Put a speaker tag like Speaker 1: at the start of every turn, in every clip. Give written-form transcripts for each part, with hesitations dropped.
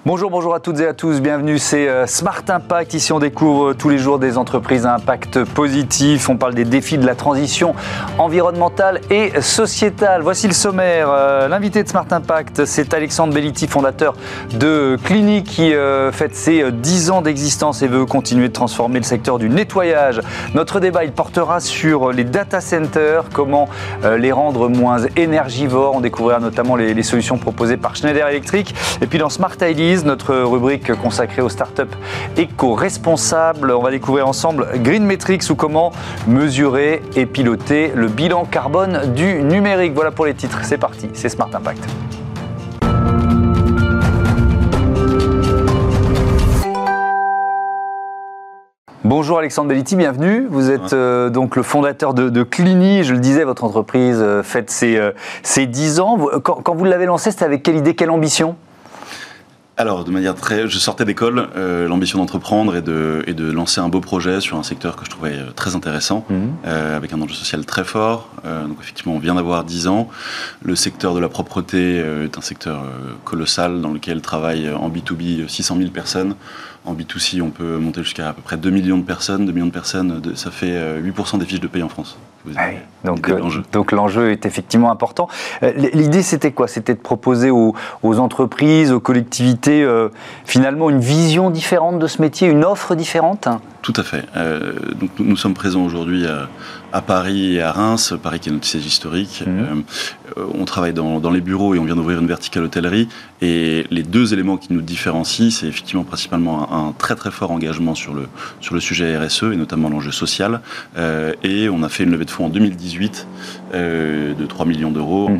Speaker 1: Bonjour à toutes et à tous, bienvenue, c'est Smart Impact. Ici on découvre tous les jours des entreprises à impact positif, on parle des défis de la transition environnementale et sociétale. Voici le sommaire, l'invité de Smart Impact, c'est Alexandre Bellitti, fondateur de Clini, qui fête ses 10 ans d'existence et veut continuer de transformer le secteur du nettoyage. Notre débat, il portera sur les data centers, comment les rendre moins énergivores. On découvrira notamment les solutions proposées par Schneider Electric. Et puis dans Smart Ideas, notre rubrique consacrée aux startups éco-responsables. On va découvrir ensemble Green Metrics ou comment mesurer et piloter le bilan carbone du numérique. Voilà pour les titres, c'est parti, c'est Smart Impact. Bonjour Alexandre Bellitti, bienvenue. Vous êtes donc le fondateur de Clini. Je le disais, votre entreprise fête ses 10 ans. Quand vous l'avez lancé, c'était avec quelle idée, quelle ambition ?
Speaker 2: Alors, de manière je sortais d'école, l'ambition d'entreprendre et de lancer un beau projet sur un secteur que je trouvais très intéressant, avec un enjeu social très fort. Donc effectivement, on vient d'avoir 10 ans. Le secteur de la propreté est un secteur colossal dans lequel travaillent en B2B 600 000 personnes. En B2C, on peut monter jusqu'à peu près 2 millions de personnes. 2 millions de personnes, ça fait 8% des fiches de paye en France.
Speaker 1: Donc l'enjeu est effectivement important. L'idée, c'était quoi ? C'était de proposer aux entreprises, aux collectivités, finalement une vision différente de ce métier, une offre différente ?
Speaker 2: Tout à fait. Donc nous sommes présents aujourd'hui à Paris et à Reims, Paris qui est notre siège historique. On travaille dans les bureaux et on vient d'ouvrir une verticale hôtellerie. Et les deux éléments qui nous différencient, c'est effectivement principalement un très très fort engagement sur le sujet RSE et notamment l'enjeu social. Et on a fait une levée de fonds en 2018 de 3 millions d'euros,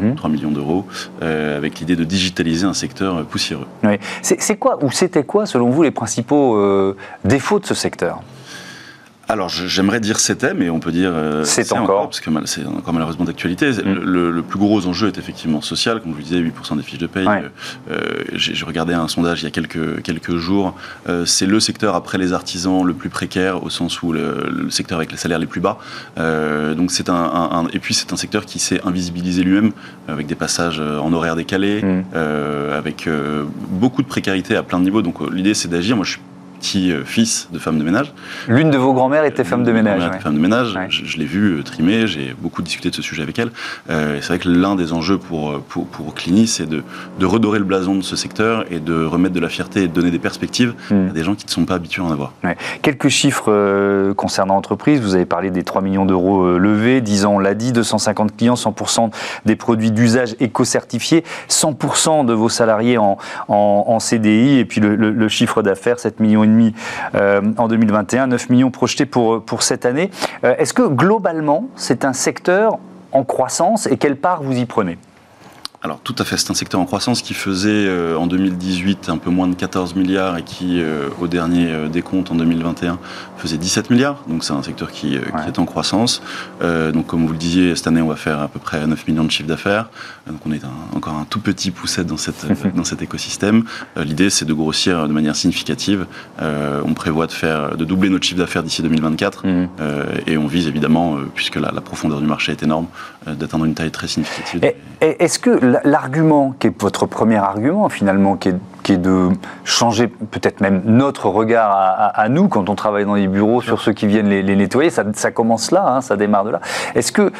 Speaker 2: avec l'idée de digitaliser un secteur poussiéreux.
Speaker 1: Oui. C'est quoi, ou c'était quoi, selon vous, les principaux défauts de ce secteur ?
Speaker 2: Alors, j'aimerais dire c'était, mais on peut dire
Speaker 1: c'est encore,
Speaker 2: parce que c'est encore malheureusement d'actualité. Le plus gros enjeu est effectivement social, comme je vous disais, 8% des fiches de paye. Ouais. J'ai regardé un sondage il y a quelques jours. C'est le secteur après les artisans le plus précaire, au sens où le secteur avec les salaires les plus bas. Donc c'est et puis c'est un secteur qui s'est invisibilisé lui-même, avec des passages en horaire décalé, avec beaucoup de précarité à plein de niveaux. Donc l'idée c'est d'agir. Moi je suis petit-fils de femme de ménage.
Speaker 1: L'une de vos grand-mères était femme de ménage.
Speaker 2: Femme de ménage. Ouais. Je l'ai vue trimer, j'ai beaucoup discuté de ce sujet avec elle. C'est vrai que l'un des enjeux pour Clini, c'est de redorer le blason de ce secteur et de remettre de la fierté et de donner des perspectives à des gens qui ne sont pas habitués à en avoir. Ouais.
Speaker 1: Quelques chiffres concernant l'entreprise. Vous avez parlé des 3 millions d'euros levés, 10 ans on l'a dit, 250 clients, 100% des produits d'usage éco-certifiés, 100% de vos salariés en CDI et puis le chiffre d'affaires, 7 millions et demi en 2021, 9 millions projetés pour cette année. Est-ce que globalement, c'est un secteur en croissance et quelle part vous y prenez ?
Speaker 2: Alors tout à fait, c'est un secteur en croissance qui faisait en 2018 un peu moins de 14 milliards et qui, au dernier décompte en 2021, faisait 17 milliards. Donc c'est un secteur qui est en croissance. Donc comme vous le disiez, cette année on va faire à peu près 9 millions de chiffre d'affaires. Donc on est encore un tout petit pousset dans cet écosystème. L'idée c'est de grossir de manière significative. On prévoit de doubler notre chiffre d'affaires d'ici 2024 et on vise évidemment, puisque la profondeur du marché est énorme, d'atteindre une taille très significative.
Speaker 1: Est-ce que l'argument, qui est votre premier argument finalement, qui est de changer peut-être même notre regard à nous quand on travaille dans les bureaux sur ceux qui viennent les nettoyer, ça commence là, ça démarre de là. Est-ce que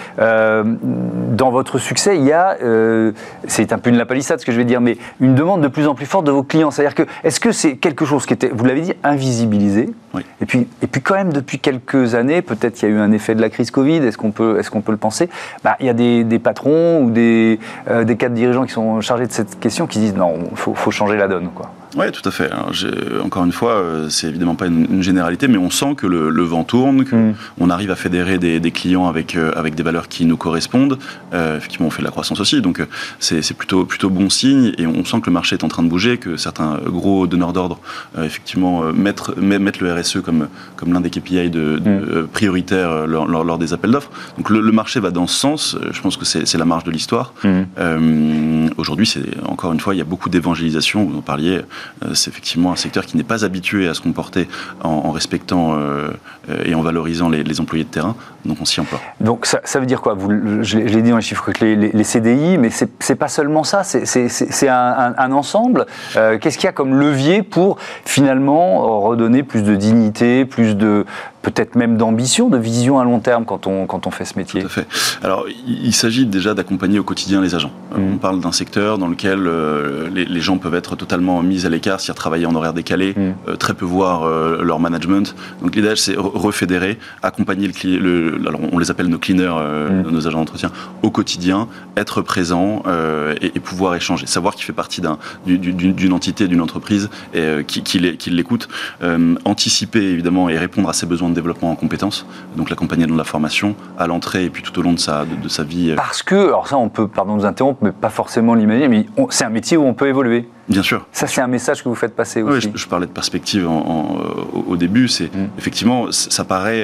Speaker 1: dans votre succès, il y a, c'est un peu une lapalissade ce que je vais dire, mais une demande de plus en plus forte de vos clients, c'est-à-dire que est-ce que c'est quelque chose qui était, vous l'avez dit, invisibilisé, et puis quand même depuis quelques années, peut-être il y a eu un effet de la crise Covid, est-ce qu'on peut le penser, il y a des patrons ou des cadres dirigeants qui sont chargés de cette question qui disent non, faut changer la donne, quoi.
Speaker 2: Oui, tout à fait. Alors, encore une fois, c'est évidemment pas une généralité, mais on sent que le vent tourne, qu'on arrive à fédérer des clients avec des valeurs qui nous correspondent. Effectivement, on fait de la croissance aussi, donc c'est plutôt bon signe, et on sent que le marché est en train de bouger, que certains gros donneurs d'ordre, effectivement, mettent le RSE comme l'un des KPI prioritaires lors des appels d'offres. Donc le marché va dans ce sens. Je pense que c'est la marge de l'histoire. Aujourd'hui, encore une fois, il y a beaucoup d'évangélisation. Vous en parliez. c'est effectivement un secteur qui n'est pas habitué à se comporter en respectant et en valorisant les employés de terrain, donc on s'y emploie.
Speaker 1: Donc ça veut dire quoi? Je l'ai dit dans les chiffres clés, les CDI, mais c'est pas seulement ça, c'est un ensemble. Qu'est-ce qu'il y a comme levier pour finalement redonner plus de dignité, plus de peut-être même d'ambition, de vision à long terme quand on fait ce métier?
Speaker 2: Tout à fait. Alors, il s'agit déjà d'accompagner au quotidien les agents. On parle d'un secteur dans lequel les gens peuvent être totalement mis à l'écart, c'est-à-dire travailler en horaire décalé, très peu voir leur management. Donc l'idée, c'est refédérer, accompagner alors on les appelle nos cleaners, nos agents d'entretien, au quotidien, être présent et pouvoir échanger. Savoir qu'il fait partie d'une entité, d'une entreprise et qu'il l'écoute. Anticiper, évidemment, et répondre à ses besoins de développement en compétences, donc l'accompagner dans la formation, à l'entrée et puis tout au long de sa vie.
Speaker 1: Parce que, alors ça on peut, pardon de vous interrompre, mais pas forcément l'imaginer, mais c'est un métier où on peut évoluer.
Speaker 2: Bien sûr.
Speaker 1: Ça, c'est un message que vous faites passer aussi.
Speaker 2: Oui, je parlais de perspective au début. C'est effectivement, ça paraît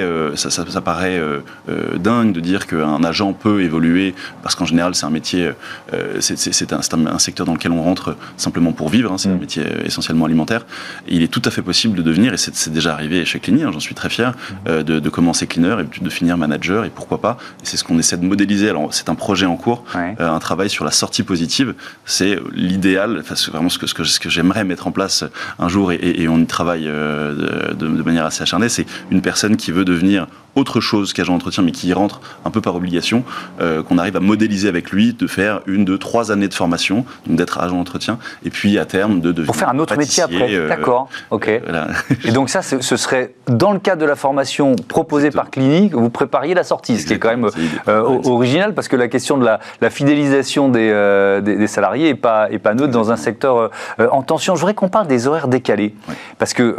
Speaker 2: dingue de dire qu'un agent peut évoluer, parce qu'en général, c'est un métier, c'est un secteur dans lequel on rentre simplement pour vivre. C'est un métier essentiellement alimentaire. Et il est tout à fait possible de devenir, et c'est déjà arrivé chez Clini, j'en suis très fier, de commencer cleaner et puis de finir manager, et pourquoi pas. Et c'est ce qu'on essaie de modéliser. Alors, c'est un projet en cours, un travail sur la sortie positive. C'est l'idéal, c'est vraiment ce que j'aimerais mettre en place un jour, et on y travaille de manière assez acharnée, c'est une personne qui veut devenir autre chose qu'agent d'entretien, mais qui y rentre un peu par obligation, qu'on arrive à modéliser avec lui, de faire 1, 2, 3 années de formation, donc d'être agent d'entretien, et puis à terme de devenir
Speaker 1: pour faire un autre métier après. D'accord, ok.
Speaker 2: Voilà.
Speaker 1: Et donc ça, ce serait dans le cadre de la formation proposée par Clini, que vous prépariez la sortie, ce qui est quand même original, parce que la question de la fidélisation des salariés n'est pas neutre dans un secteur en tension. Je voudrais qu'on parle des horaires décalés, parce que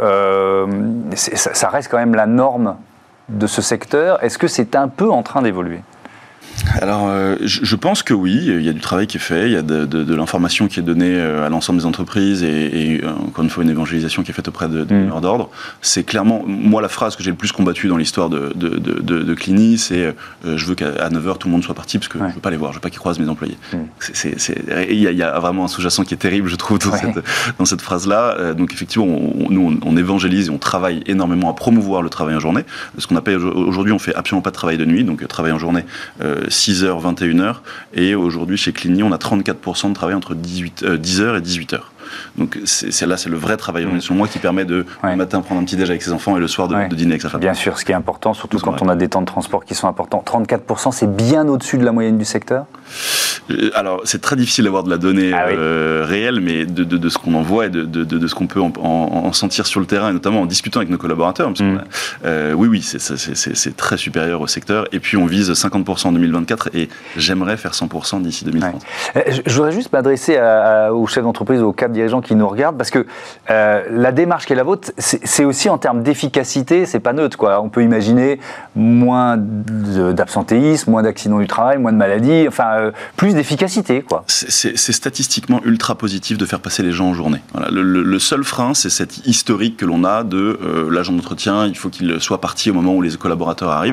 Speaker 1: ça reste quand même la norme de ce secteur. Est-ce que c'est un peu en train d'évoluer ?
Speaker 2: Alors, je pense que oui, il y a du travail qui est fait, il y a de l'information qui est donnée à l'ensemble des entreprises et encore une fois une évangélisation qui est faite auprès de donneurs d'ordre. C'est clairement, moi, la phrase que j'ai le plus combattue dans l'histoire de Clini, c'est je veux qu'à 9h tout le monde soit parti parce que je ne veux pas les voir, je ne veux pas qu'ils croisent mes employés. Il y a vraiment un sous-jacent qui est terrible, je trouve, dans cette phrase-là. Donc effectivement, nous, on évangélise et on travaille énormément à promouvoir le travail en journée. Ce qu'on appelle aujourd'hui, on fait absolument pas de travail de nuit, donc travail en journée 6h, 21h, et aujourd'hui chez Clini, on a 34% de travail entre 10h et 18h. Donc c'est le vrai travail sur moi qui permet de le matin prendre un petit déj avec ses enfants et le soir de dîner avec sa femme.
Speaker 1: Bien sûr, ce qui est important, surtout quand on a des temps de transport qui sont importants. 34%, c'est bien au-dessus de la moyenne du secteur ?
Speaker 2: Alors, c'est très difficile d'avoir de la donnée réelle, mais de ce qu'on en voit et de ce qu'on peut en sentir sur le terrain, et notamment en discutant avec nos collaborateurs. Parce oui, c'est très supérieur au secteur. Et puis, on vise 50% en 2024 et j'aimerais faire 100% d'ici 2030.
Speaker 1: Je voudrais juste m'adresser aux chefs d'entreprise, aux cadres dirigeants qui nous regardent, parce que la démarche qui est la vôtre, c'est aussi en termes d'efficacité, c'est pas neutre, quoi. On peut imaginer moins d'absentéisme, moins d'accidents du travail, moins de maladies, enfin plus d'efficacité, quoi.
Speaker 2: C'est statistiquement ultra positif de faire passer les gens en journée. Voilà. Le seul frein, c'est cette historique que l'on a de l'agent d'entretien, il faut qu'il soit parti au moment où les collaborateurs arrivent.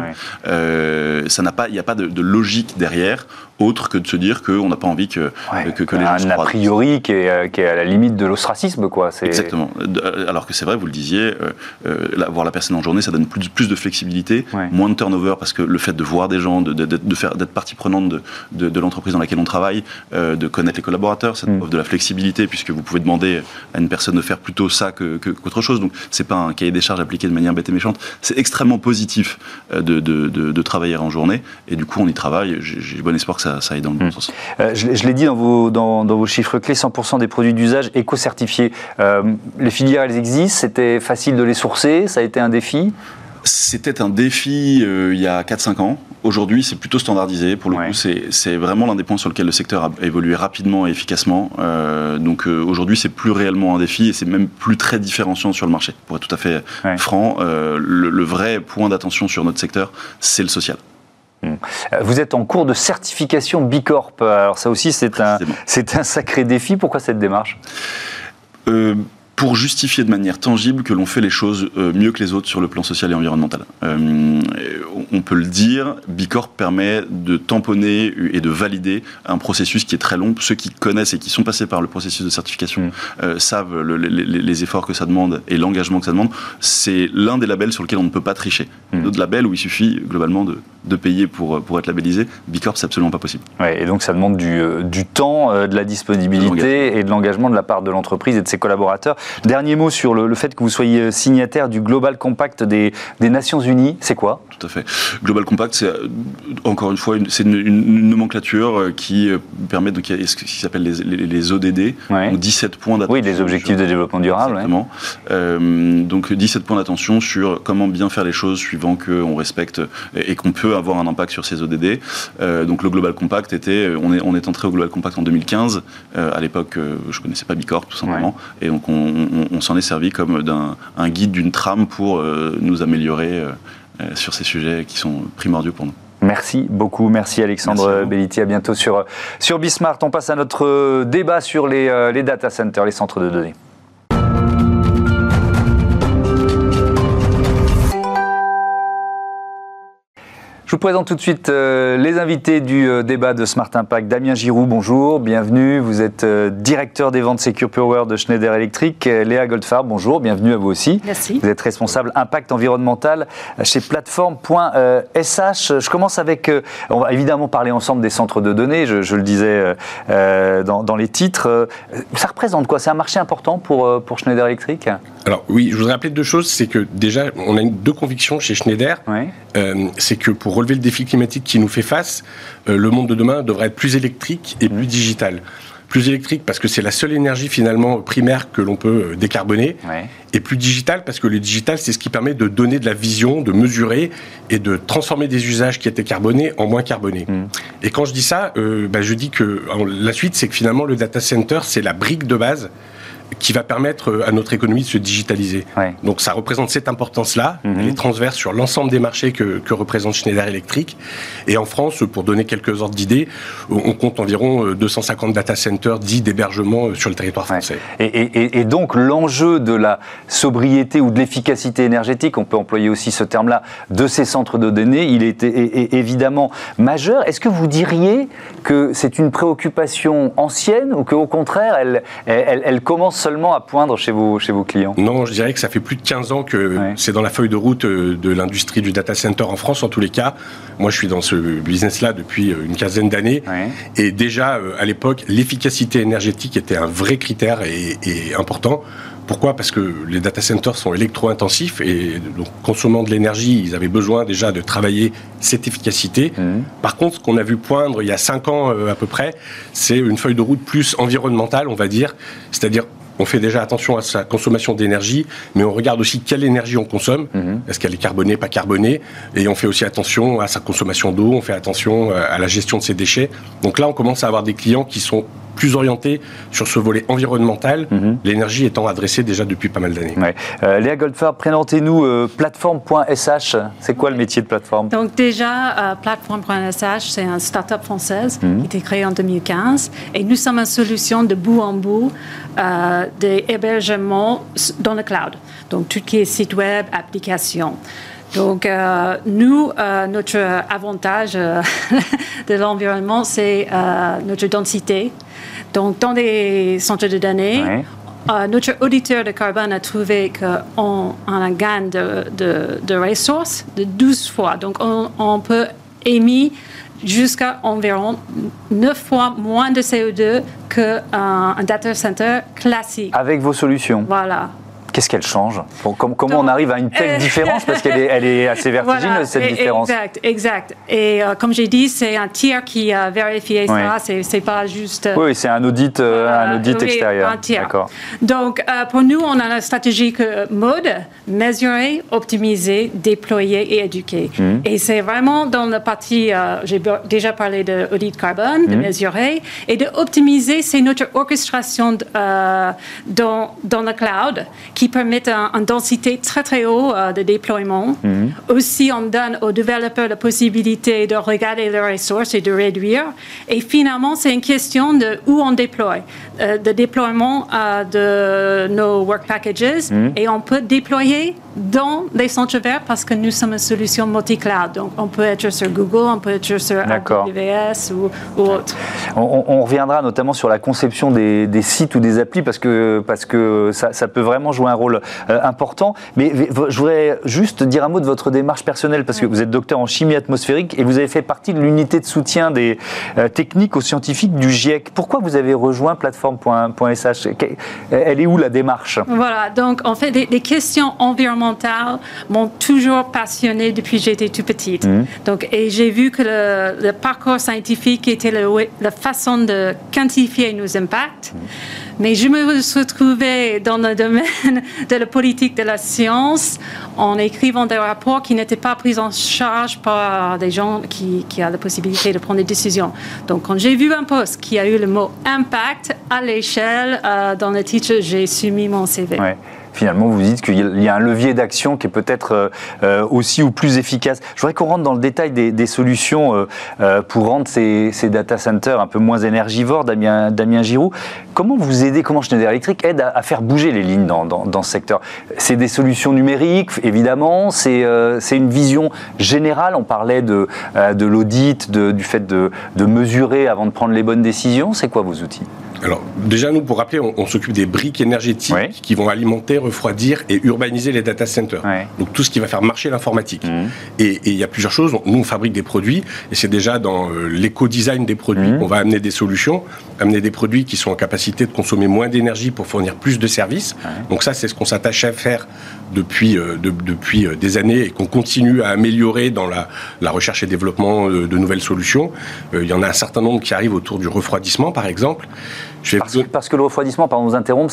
Speaker 2: Il n'y a pas de logique derrière, autre que de se dire qu'on n'a pas envie que les gens se croisent.
Speaker 1: A priori qui est à la limite de l'ostracisme, quoi.
Speaker 2: Exactement. Alors que c'est vrai, vous le disiez, voir la personne en journée, ça donne plus de flexibilité, moins de turnover, parce que le fait de voir des gens, d'être partie prenante de l'entreprise dans laquelle on travaille, de connaître les collaborateurs, ça offre de la flexibilité, puisque vous pouvez demander à une personne de faire plutôt ça qu'autre chose. Donc c'est pas un cahier des charges appliqué de manière bête et méchante. C'est extrêmement positif de travailler en journée, et du coup on y travaille. J'ai bon espoir que ça aille dans le bon sens.
Speaker 1: Je l'ai dit dans vos chiffres clés, 100% des produits d'usage éco-certifiés. Les filières, elles existent, c'était facile de les sourcer, ça a été un défi ?
Speaker 2: C'était un défi il y a 4-5 ans. Aujourd'hui, c'est plutôt standardisé. Pour le coup, c'est vraiment l'un des points sur lequel le secteur a évolué rapidement et efficacement. Donc aujourd'hui, c'est plus réellement un défi et c'est même plus très différenciant sur le marché. Pour être tout à fait franc, le vrai point d'attention sur notre secteur, c'est le social.
Speaker 1: Vous êtes en cours de certification B Corp. Alors ça aussi, c'est un sacré défi. Pourquoi cette démarche ?
Speaker 2: pour justifier de manière tangible que l'on fait les choses mieux que les autres sur le plan social et environnemental. On peut le dire, Bicorp permet de tamponner et de valider un processus qui est très long. Ceux qui connaissent et qui sont passés par le processus de certification savent les efforts que ça demande et l'engagement que ça demande. C'est l'un des labels sur lequel on ne peut pas tricher. D'autres labels où il suffit globalement de payer pour être labellisé. Bicorp, c'est absolument pas possible.
Speaker 1: Ouais, et donc ça demande du temps, de la disponibilité et de l'engagement de la part de l'entreprise et de ses collaborateurs. Dernier mot sur le fait que vous soyez signataire du Global Compact des Nations Unies. C'est quoi ?
Speaker 2: Tout à fait. Global Compact, c'est encore une fois c'est une nomenclature qui permet donc il y a ce qui s'appelle les ODD, donc 17 points d'attention.
Speaker 1: Oui, les objectifs de développement durable.
Speaker 2: Exactement. Ouais. Donc 17 points d'attention sur comment bien faire les choses suivant qu'on respecte et qu'on peut avoir un impact sur ces ODD. Donc le Global Compact on est entré au Global Compact en 2015. À l'époque, je connaissais pas Bicorp tout simplement, et donc on s'en est servi comme un guide, d'une trame pour nous améliorer sur ces sujets qui sont primordiaux pour nous.
Speaker 1: Merci beaucoup, merci Alexandre Belliti, à bientôt sur Bismart. On passe à notre débat sur les data centers, les centres de données. Je vous présente tout de suite les invités du débat de Smart Impact. Damien Giroux, bonjour, bienvenue. Vous êtes directeur des ventes Secure Power de Schneider Electric. Léa Goldfarb, bonjour, bienvenue à vous aussi.
Speaker 3: Merci. Vous
Speaker 1: êtes responsable impact environnemental chez Platform.sh. Je commence avec, on va évidemment parler ensemble des centres de données, je le disais dans les titres. Ça représente quoi ? C'est un marché important pour Schneider Electric ?
Speaker 4: Alors oui, je voudrais rappeler deux choses. C'est que déjà, on a deux convictions chez Schneider.
Speaker 1: Oui.
Speaker 4: C'est que pour relever le défi climatique qui nous fait face, le monde de demain devrait être plus électrique et plus digital. Plus électrique parce que c'est la seule énergie finalement primaire que l'on peut décarboner, et plus digital parce que le digital, c'est ce qui permet de donner de la vision, de mesurer et de transformer des usages qui étaient carbonés en moins carbonés. Et quand je dis ça, je dis que la suite, c'est que finalement le data center, c'est la brique de base qui va permettre à notre économie de se digitaliser. Donc ça représente cette importance-là, elle est transverse sur l'ensemble des marchés que représente Schneider Electric. Et en France, pour donner quelques ordres d'idées, on compte environ 250 data centers dits d'hébergement sur le territoire français.
Speaker 1: Et donc l'enjeu de la sobriété ou de l'efficacité énergétique, on peut employer aussi ce terme-là, de ces centres de données, il est évidemment majeur. Est-ce que vous diriez que c'est une préoccupation ancienne ou qu'au contraire, elle commence seulement à poindre chez vos clients ?
Speaker 4: Non, je dirais que ça fait plus de 15 ans que c'est dans la feuille de route de l'industrie du data center en France, en tous les cas. Moi, je suis dans ce business-là depuis une quinzaine d'années. Et déjà, à l'époque, l'efficacité énergétique était un vrai critère et important. Pourquoi ? Parce que les data centers sont électro-intensifs et donc consommant de l'énergie, ils avaient besoin déjà de travailler cette efficacité. Par contre, ce qu'on a vu poindre il y a 5 ans à peu près, c'est une feuille de route plus environnementale, on va dire. C'est-à-dire, on fait déjà attention à sa consommation d'énergie, mais on regarde aussi quelle énergie on consomme. Est-ce qu'elle est carbonée, pas carbonée ? Et on fait aussi attention à sa consommation d'eau, on fait attention à la gestion de ses déchets. Donc là, on commence à avoir des clients qui sont plus orientés sur ce volet environnemental, l'énergie étant adressée déjà depuis pas mal d'années.
Speaker 1: Léa Goldfarb, présentez-nous Platform.sh. C'est quoi le métier de Platform ?
Speaker 3: Donc déjà, Platform.sh, c'est une start-up française qui a été créée en 2015. Et nous sommes une solution de bout en bout d'hébergement dans le cloud. Donc tout ce qui est site web, application. Donc, nous, notre avantage de l'environnement, c'est notre densité. Donc, dans les centres de données, notre auditeur de carbone a trouvé qu'on a un gain de ressources de 12 fois. Donc, on peut émettre jusqu'à environ 9 fois moins de CO2 qu'un data center classique.
Speaker 1: Avec vos solutions ?
Speaker 3: Voilà.
Speaker 1: Qu'est-ce qu'elle change ? Comment on arrive à une telle différence ? Parce qu'elle est assez vertigineuse, cette différence.
Speaker 3: Exact. Et comme j'ai dit, c'est un tiers qui a vérifié ça. C'est pas juste...
Speaker 1: Oui, c'est un audit extérieur.
Speaker 3: Un tiers.
Speaker 1: D'accord.
Speaker 3: Donc, pour nous, on a la stratégie mode, mesurer, optimiser, déployer et éduquer. Et c'est vraiment dans la partie, j'ai déjà parlé d'audit carbone, de mesurer, et de optimiser, c'est notre orchestration dans le cloud, qui qui permettent une densité très très haute de déploiement. Aussi, on donne aux développeurs la possibilité de regarder leurs ressources et de réduire. Et finalement, c'est une question de où on déploie, de déploiement de nos work packages. Et on peut déployer dans les centres verts parce que nous sommes une solution multi-cloud. Donc, on peut être sur Google, on peut être sur AWS ou autre.
Speaker 1: On reviendra notamment sur la conception des sites ou des applis parce que ça peut vraiment jouer un rôle important. Mais je voudrais juste dire un mot de votre démarche personnelle parce que vous êtes docteur en chimie atmosphérique et vous avez fait partie de l'unité de soutien des techniques aux scientifiques du GIEC. Pourquoi vous avez rejoint Plateforme.sh? Elle est où la démarche?
Speaker 3: Voilà, donc en fait, les questions environnementales m'ont toujours passionnée depuis que j'étais toute petite. Donc, et j'ai vu que le parcours scientifique était la façon de quantifier nos impacts. Mais je me suis retrouvée dans le domaine de la politique de la science en écrivant des rapports qui n'étaient pas pris en charge par des gens qui ont la possibilité de prendre des décisions. Donc, quand j'ai vu un poste qui a eu le mot impact à l'échelle dans le titre, j'ai soumis mon CV.
Speaker 1: Ouais. Finalement, vous dites qu'il y a un levier d'action qui est peut-être aussi ou plus efficace. Je voudrais qu'on rentre dans le détail des solutions pour rendre ces data centers un peu moins énergivores. Damien Giroux, comment vous aidez, comment Schneider Electric aide à faire bouger les lignes dans ce secteur? C'est des solutions numériques, évidemment, c'est une vision générale. On parlait de l'audit, du fait de mesurer avant de prendre les bonnes décisions. C'est quoi vos outils?
Speaker 4: Alors, déjà, nous, pour rappeler, on s'occupe des briques énergétiques qui vont alimenter, refroidir et urbaniser les data centers. Donc, tout ce qui va faire marcher l'informatique. Et il y a plusieurs choses. Nous, on fabrique des produits et c'est déjà dans l'éco-design des produits qu'on va amener des solutions, amener des produits qui sont en capacité de consommer moins d'énergie pour fournir plus de services. Donc, ça, c'est ce qu'on s'attache à faire depuis des années et qu'on continue à améliorer dans la recherche et développement de nouvelles solutions. Il y en a un certain nombre qui arrivent autour du refroidissement, par exemple.
Speaker 1: Parce que le refroidissement, pardon de vous interrompre,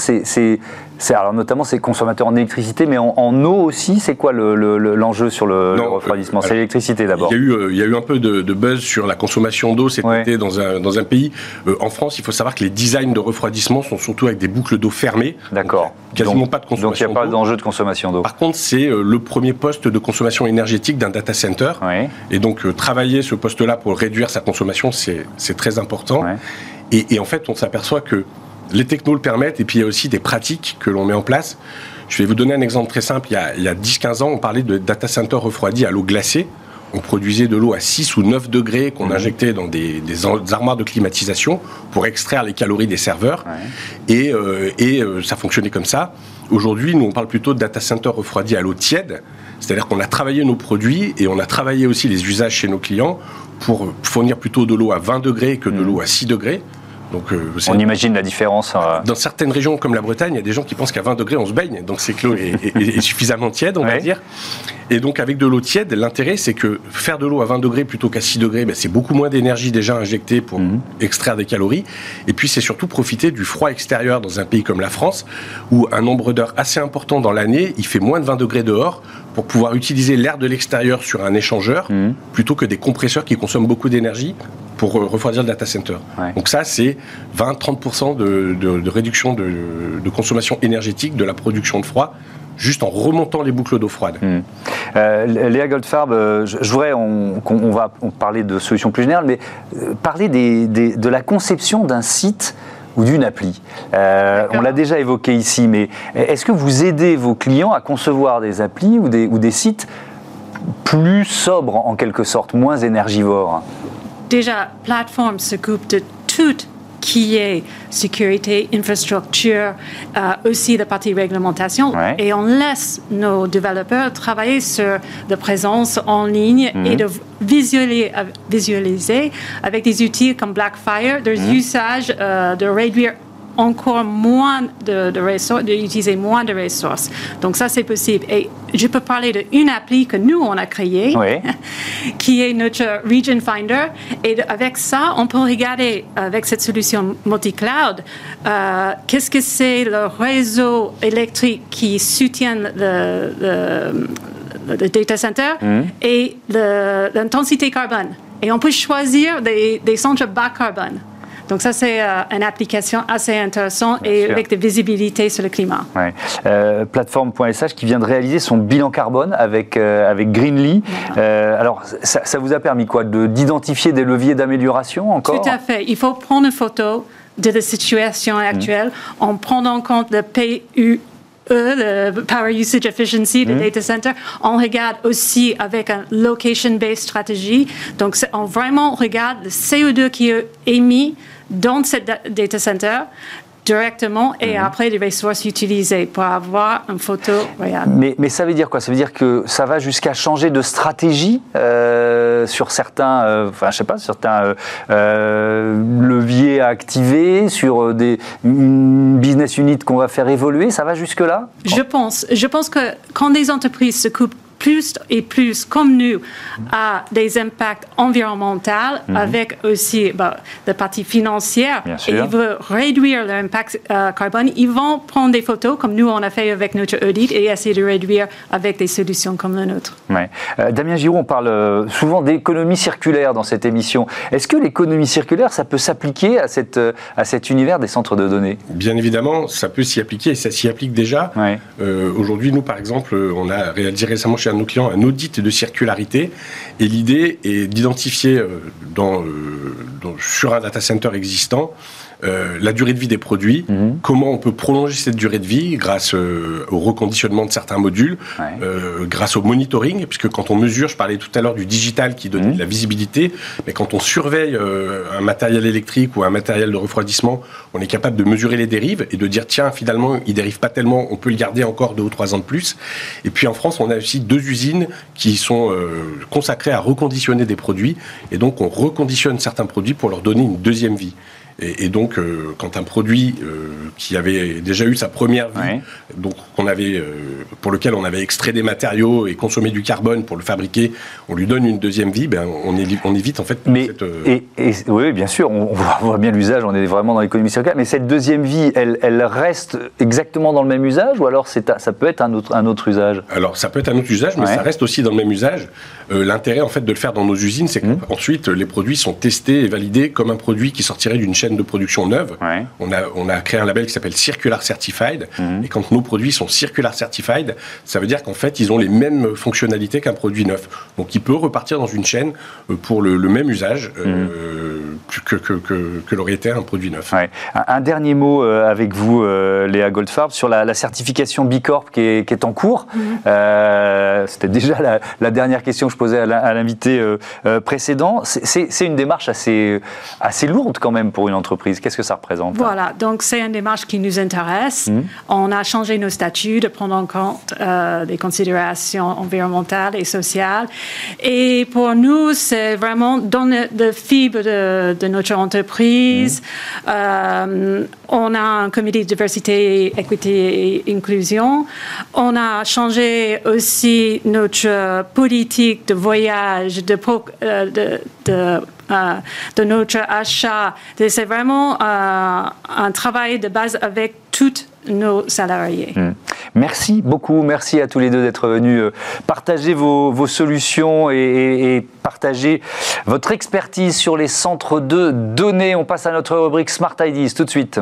Speaker 1: alors notamment c'est consommateur en électricité, mais en eau aussi, c'est quoi l'enjeu sur le refroidissement? C'est l'électricité d'abord.
Speaker 4: Il y a eu un peu de buzz sur la consommation d'eau cet été dans un pays. En France, il faut savoir que les designs de refroidissement sont surtout avec des boucles d'eau fermées.
Speaker 1: D'accord.
Speaker 4: Quasiment pas de consommation d'eau.
Speaker 1: Donc il n'y a pas d'enjeu de consommation d'eau.
Speaker 4: Par contre, c'est le premier poste de consommation énergétique d'un data center. Et donc travailler ce poste-là pour réduire sa consommation, c'est très important. Et en fait, on s'aperçoit que les technos le permettent, et puis il y a aussi des pratiques que l'on met en place. Je vais vous donner un exemple très simple. Il y a 10-15 ans, on parlait de data center refroidi à l'eau glacée. On produisait de l'eau à 6 ou 9 degrés qu'on injectait dans des armoires de climatisation pour extraire les calories des serveurs. Et ça fonctionnait comme ça. Aujourd'hui, nous, on parle plutôt de data center refroidi à l'eau tiède. C'est-à-dire qu'on a travaillé nos produits et on a travaillé aussi les usages chez nos clients pour fournir plutôt de l'eau à 20 degrés que de l'eau à 6 degrés. Donc,
Speaker 1: on imagine la différence.
Speaker 4: Dans certaines régions comme la Bretagne, il y a des gens qui pensent qu'à 20 degrés, on se baigne. Donc, c'est que l'eau est suffisamment tiède, on va dire. Et donc, avec de l'eau tiède, l'intérêt, c'est que faire de l'eau à 20 degrés plutôt qu'à 6 degrés, c'est beaucoup moins d'énergie déjà injectée pour extraire des calories. Et puis, c'est surtout profiter du froid extérieur dans un pays comme la France, où un nombre d'heures assez important dans l'année, il fait moins de 20 degrés dehors, pour pouvoir utiliser l'air de l'extérieur sur un échangeur, plutôt que des compresseurs qui consomment beaucoup d'énergie pour refroidir le data center. Donc ça, c'est 20-30% de réduction de consommation énergétique de la production de froid, juste en remontant les boucles d'eau froide.
Speaker 1: Léa Goldfarb, je voudrais, on va parler de solutions plus générales, mais parler de la conception d'un site ou d'une appli. On l'a déjà évoqué ici, mais est-ce que vous aidez vos clients à concevoir des applis ou des sites plus sobres en quelque sorte, moins énergivores?
Speaker 3: Déjà, Plateforme s'occupe de tout qui est sécurité, infrastructure, aussi la partie réglementation. Et on laisse nos développeurs travailler sur la présence en ligne et de visualiser avec des outils comme Blackfire, des usages de réduire encore moins de ressources, d'utiliser moins de ressources. Donc ça, c'est possible. Et je peux parler d'une appli que nous, on a créée, qui est notre Region Finder. Et avec ça, on peut regarder, avec cette solution multi-cloud, qu'est-ce que c'est le réseau électrique qui soutient le data center et l'intensité carbone. Et on peut choisir des centres bas carbone. Donc ça, c'est une application assez intéressante et avec des visibilités sur le climat.
Speaker 1: Ouais. Plateforme.sh qui vient de réaliser son bilan carbone avec Greenly. Alors, ça vous a permis quoi? D'identifier des leviers d'amélioration encore?
Speaker 3: Tout à fait. Il faut prendre une photo de la situation actuelle en prenant en compte le PUE, le Power Usage Efficiency, le data center. On regarde aussi avec un location-based strategy. Donc, on vraiment regarde le CO2 qui est émis dans ce data center directement et après les ressources utilisées pour avoir une photo réelle.
Speaker 1: Mais ça veut dire quoi? Ça veut dire que ça va jusqu'à changer de stratégie sur certains, certains leviers à activer, sur une business unit qu'on va faire évoluer. Ça va jusque-là? Je
Speaker 3: pense que quand des entreprises se coupent plus et plus, comme nous, à des impacts environnementaux, avec aussi la partie financière, et ils veulent réduire leur impact carbone, ils vont prendre des photos, comme nous on a fait avec notre audit, et essayer de réduire avec des solutions comme la nôtre.
Speaker 1: Ouais. Damien Giraud, on parle souvent d'économie circulaire dans cette émission. Est-ce que l'économie circulaire, ça peut s'appliquer à cet univers des centres de données?
Speaker 4: Bien évidemment, ça peut s'y appliquer, et ça s'y applique déjà. Ouais. Aujourd'hui, nous, par exemple, on a réalisé récemment chez nos clients un audit de circularité et l'idée est d'identifier sur un data center existant la durée de vie des produits, comment on peut prolonger cette durée de vie grâce au reconditionnement de certains modules, grâce au monitoring, puisque quand on mesure, je parlais tout à l'heure du digital qui donnait de la visibilité, mais quand on surveille un matériel électrique ou un matériel de refroidissement, on est capable de mesurer les dérives et de dire tiens, finalement, il dérive pas tellement, on peut le garder encore 2 ou 3 ans de plus. Et puis en France, on a aussi 2 usines qui sont consacrées à reconditionner des produits, et donc on reconditionne certains produits pour leur donner une deuxième vie. Et donc, quand un produit qui avait déjà eu sa première vie, donc pour lequel on avait extrait des matériaux et consommé du carbone pour le fabriquer, on lui donne une deuxième vie, on évite en fait
Speaker 1: oui, bien sûr, on voit bien l'usage, on est vraiment dans l'économie circulaire, mais cette deuxième vie, elle reste exactement dans le même usage, ou alors ça peut être un autre usage? Alors,
Speaker 4: ça peut être un autre usage, mais ça reste aussi dans le même usage. L'intérêt, en fait, de le faire dans nos usines, c'est qu'ensuite, les produits sont testés et validés comme un produit qui sortirait d'une chaîne de production neuve. On a créé un label qui s'appelle Circular Certified, et quand nos produits sont Circular Certified, ça veut dire qu'en fait, ils ont les mêmes fonctionnalités qu'un produit neuf. Donc, il peut repartir dans une chaîne pour le même usage que l'aurait été un produit neuf.
Speaker 1: Un dernier mot avec vous, Léa Goldfarb, sur la certification B Corp qui est en cours. C'était déjà la dernière question que je posais à l'invité précédent. C'est une démarche assez lourde quand même pour une entreprise. Qu'est-ce que ça représente?
Speaker 3: Voilà, donc c'est une démarche qui nous intéresse. On a changé nos statuts de prendre en compte des considérations environnementales et sociales. Et pour nous, c'est vraiment dans le fibre de notre entreprise. On a un comité de diversité, équité et inclusion. On a changé aussi notre politique de voyage, de notre achat. C'est vraiment un travail de base avec tous nos salariés.
Speaker 1: Merci beaucoup, merci à tous les deux d'être venus partager vos solutions et partager votre expertise sur les centres de données. On passe à notre rubrique Smart Ideas tout de suite.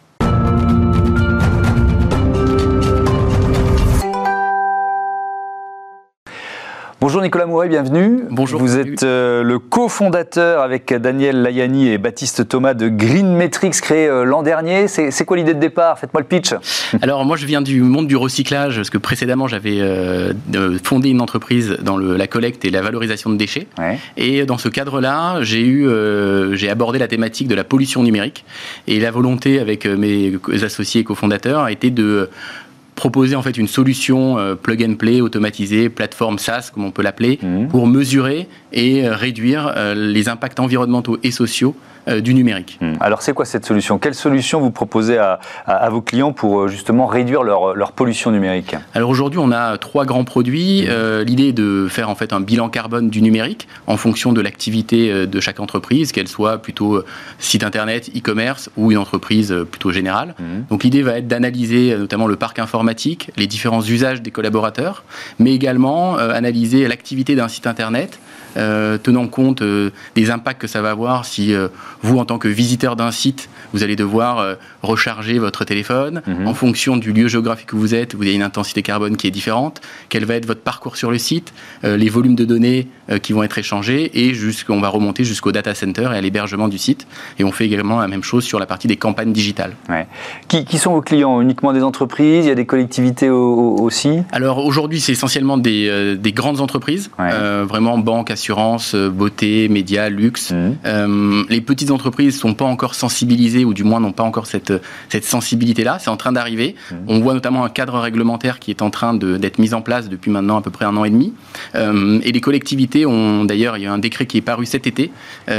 Speaker 1: Bonjour Nicolas Mouret, bienvenue.
Speaker 5: Bonjour.
Speaker 1: Vous êtes le cofondateur avec Daniel Layani et Baptiste Thomas de GreenMetrics, créé l'an dernier. C'est quoi l'idée de départ? Faites-moi le pitch.
Speaker 5: Alors moi je viens du monde du recyclage, parce que précédemment j'avais fondé une entreprise dans la collecte et la valorisation de déchets. Et dans ce cadre-là, j'ai abordé la thématique de la pollution numérique. Et la volonté avec mes associés et cofondateurs a été de proposer en fait une solution plug and play, automatisée, plateforme SaaS comme on peut l'appeler, pour mesurer et réduire les impacts environnementaux et sociaux du numérique.
Speaker 1: Alors c'est quoi cette solution? Quelle solution vous proposez à vos clients pour justement réduire leur pollution numérique?
Speaker 5: Alors aujourd'hui on a 3 grands produits. L'idée est de faire en fait un bilan carbone du numérique en fonction de l'activité de chaque entreprise, qu'elle soit plutôt site internet, e-commerce ou une entreprise plutôt générale. Donc l'idée va être d'analyser notamment le parc informatique, les différents usages des collaborateurs, mais également analyser l'activité d'un site internet, tenant compte des impacts que ça va avoir si vous, en tant que visiteur d'un site, vous allez devoir recharger votre téléphone. En fonction du lieu géographique où vous êtes, vous avez une intensité carbone qui est différente. Quel va être votre parcours sur le site, les volumes de données qui vont être échangés, et on va remonter jusqu'au data center et à l'hébergement du site. Et on fait également la même chose sur la partie des campagnes digitales.
Speaker 1: Ouais. Qui sont vos clients? Uniquement des entreprises? Il y a des collectivités aussi?
Speaker 5: Alors aujourd'hui, c'est essentiellement des grandes entreprises, vraiment banque, assurance, beauté, médias, luxe. Les petites entreprises ne sont pas encore sensibilisées, ou du moins n'ont pas encore cette sensibilité-là. C'est en train d'arriver. On voit notamment un cadre réglementaire qui est en train d'être mis en place depuis maintenant à peu près 1 an et demi. Et les collectivités ont, d'ailleurs, il y a un décret qui est paru cet été,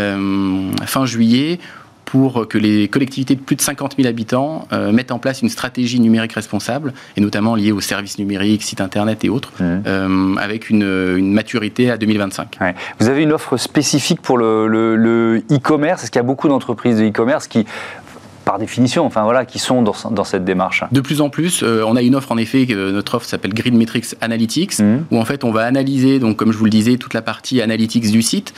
Speaker 5: fin juillet, pour que les collectivités de plus de 50 000 habitants mettent en place une stratégie numérique responsable, et notamment liée aux services numériques, sites internet et autres, avec une maturité à 2025.
Speaker 1: Ouais. Vous avez une offre spécifique pour le e-commerce? Est-ce qu'il y a beaucoup d'entreprises de e-commerce qui, par définition, qui sont dans cette démarche?
Speaker 5: De plus en plus, on a une offre, en effet, notre offre s'appelle Grid Metrics Analytics, où en fait on va analyser, donc comme je vous le disais, toute la partie analytics du site,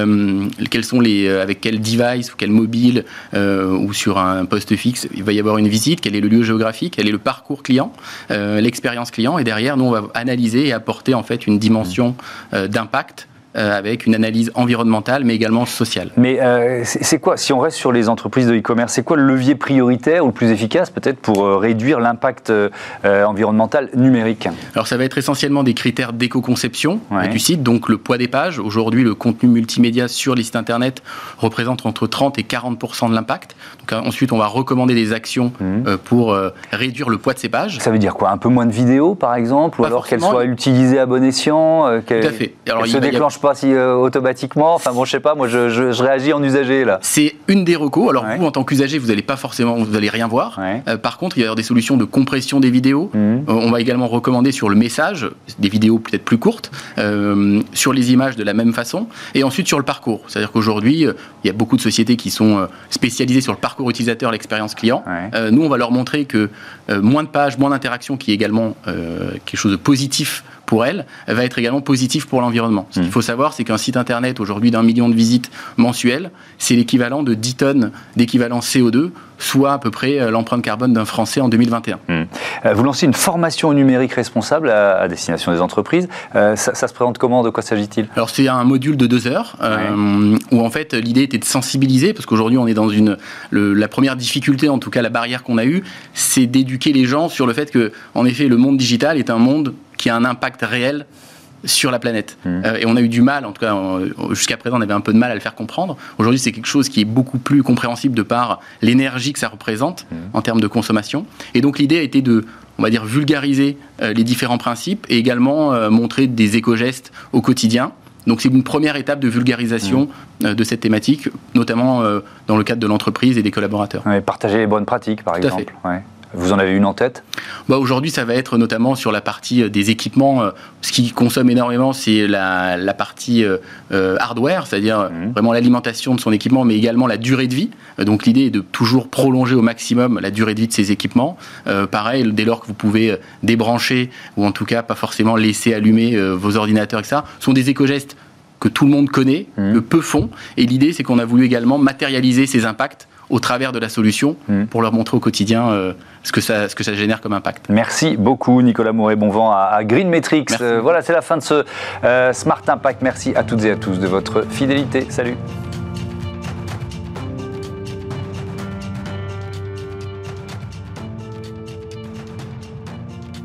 Speaker 5: quels sont avec quel device ou quel mobile ou sur un poste fixe il va y avoir une visite, quel est le lieu géographique, quel est le parcours client, l'expérience client, et derrière nous on va analyser et apporter en fait une dimension d'impact, avec une analyse environnementale, mais également sociale.
Speaker 1: Mais c'est quoi, si on reste sur les entreprises de e-commerce, c'est quoi le levier prioritaire ou le plus efficace peut-être pour réduire l'impact environnemental numérique? Alors
Speaker 5: ça va être essentiellement des critères d'éco-conception du site, donc le poids des pages. Aujourd'hui, le contenu multimédia sur les sites internet représente entre 30 et 40% de l'impact. Donc ensuite, on va recommander des actions pour réduire le poids de ces pages.
Speaker 1: Ça veut dire quoi? Un peu moins de vidéos, par exemple? Ou alors qu'elles soient utilisées à bon escient?
Speaker 5: Tout à fait.
Speaker 1: Alors, qu'elles se déclenchent pas si automatiquement, je sais pas, moi je réagis en usager là.
Speaker 5: C'est une des recos. Alors vous, en tant qu'usager, vous allez rien voir. Par contre, il va y avoir des solutions de compression des vidéos. On va également recommander sur le message des vidéos peut-être plus courtes, sur les images de la même façon, et ensuite sur le parcours. C'est-à-dire qu'aujourd'hui, il y a beaucoup de sociétés qui sont spécialisées sur le parcours utilisateur, l'expérience client. Nous, on va leur montrer que moins de pages, moins d'interactions, qui est également quelque chose de positif pour elle, va être également positif pour l'environnement. Ce qu'il faut savoir, c'est qu'un site internet aujourd'hui d'1 million de visites mensuelles, c'est l'équivalent de 10 tonnes d'équivalent CO2, soit à peu près l'empreinte carbone d'un Français en 2021.
Speaker 1: Vous lancez une formation au numérique responsable à destination des entreprises. Ça se présente comment? De quoi s'agit-il?
Speaker 5: Alors c'est un module de 2 heures où en fait l'idée était de sensibiliser, parce qu'aujourd'hui on est dans la première difficulté, en tout cas la barrière qu'on a eue, c'est d'éduquer les gens sur le fait que, en effet, le monde digital est un monde qui a un impact réel sur la planète. Et on a eu du mal, en tout cas jusqu'à présent on avait un peu de mal à le faire comprendre. Aujourd'hui c'est quelque chose qui est beaucoup plus compréhensible de par l'énergie que ça représente en termes de consommation. Et donc l'idée a été de, on va dire, vulgariser les différents principes, et également montrer des éco-gestes au quotidien. Donc c'est une première étape de vulgarisation de cette thématique, notamment dans le cadre de l'entreprise et des collaborateurs.
Speaker 1: Partager les bonnes pratiques, par exemple. Vous en avez une en tête?
Speaker 5: Aujourd'hui, ça va être notamment sur la partie des équipements. Ce qui consomme énormément, c'est la partie hardware, c'est-à-dire vraiment l'alimentation de son équipement, mais également la durée de vie. Donc l'idée est de toujours prolonger au maximum la durée de vie de ces équipements. Pareil, dès lors que vous pouvez débrancher, ou en tout cas pas forcément laisser allumer vos ordinateurs, etc., sont des éco-gestes que tout le monde connaît, que peu font. Et l'idée, c'est qu'on a voulu également matérialiser ces impacts au travers de la solution, pour leur montrer au quotidien ce que ça génère comme impact.
Speaker 1: Merci beaucoup Nicolas Mouret, bon vent à Green Metrics. Voilà, c'est la fin de ce Smart Impact. Merci à toutes et à tous de votre fidélité. Salut.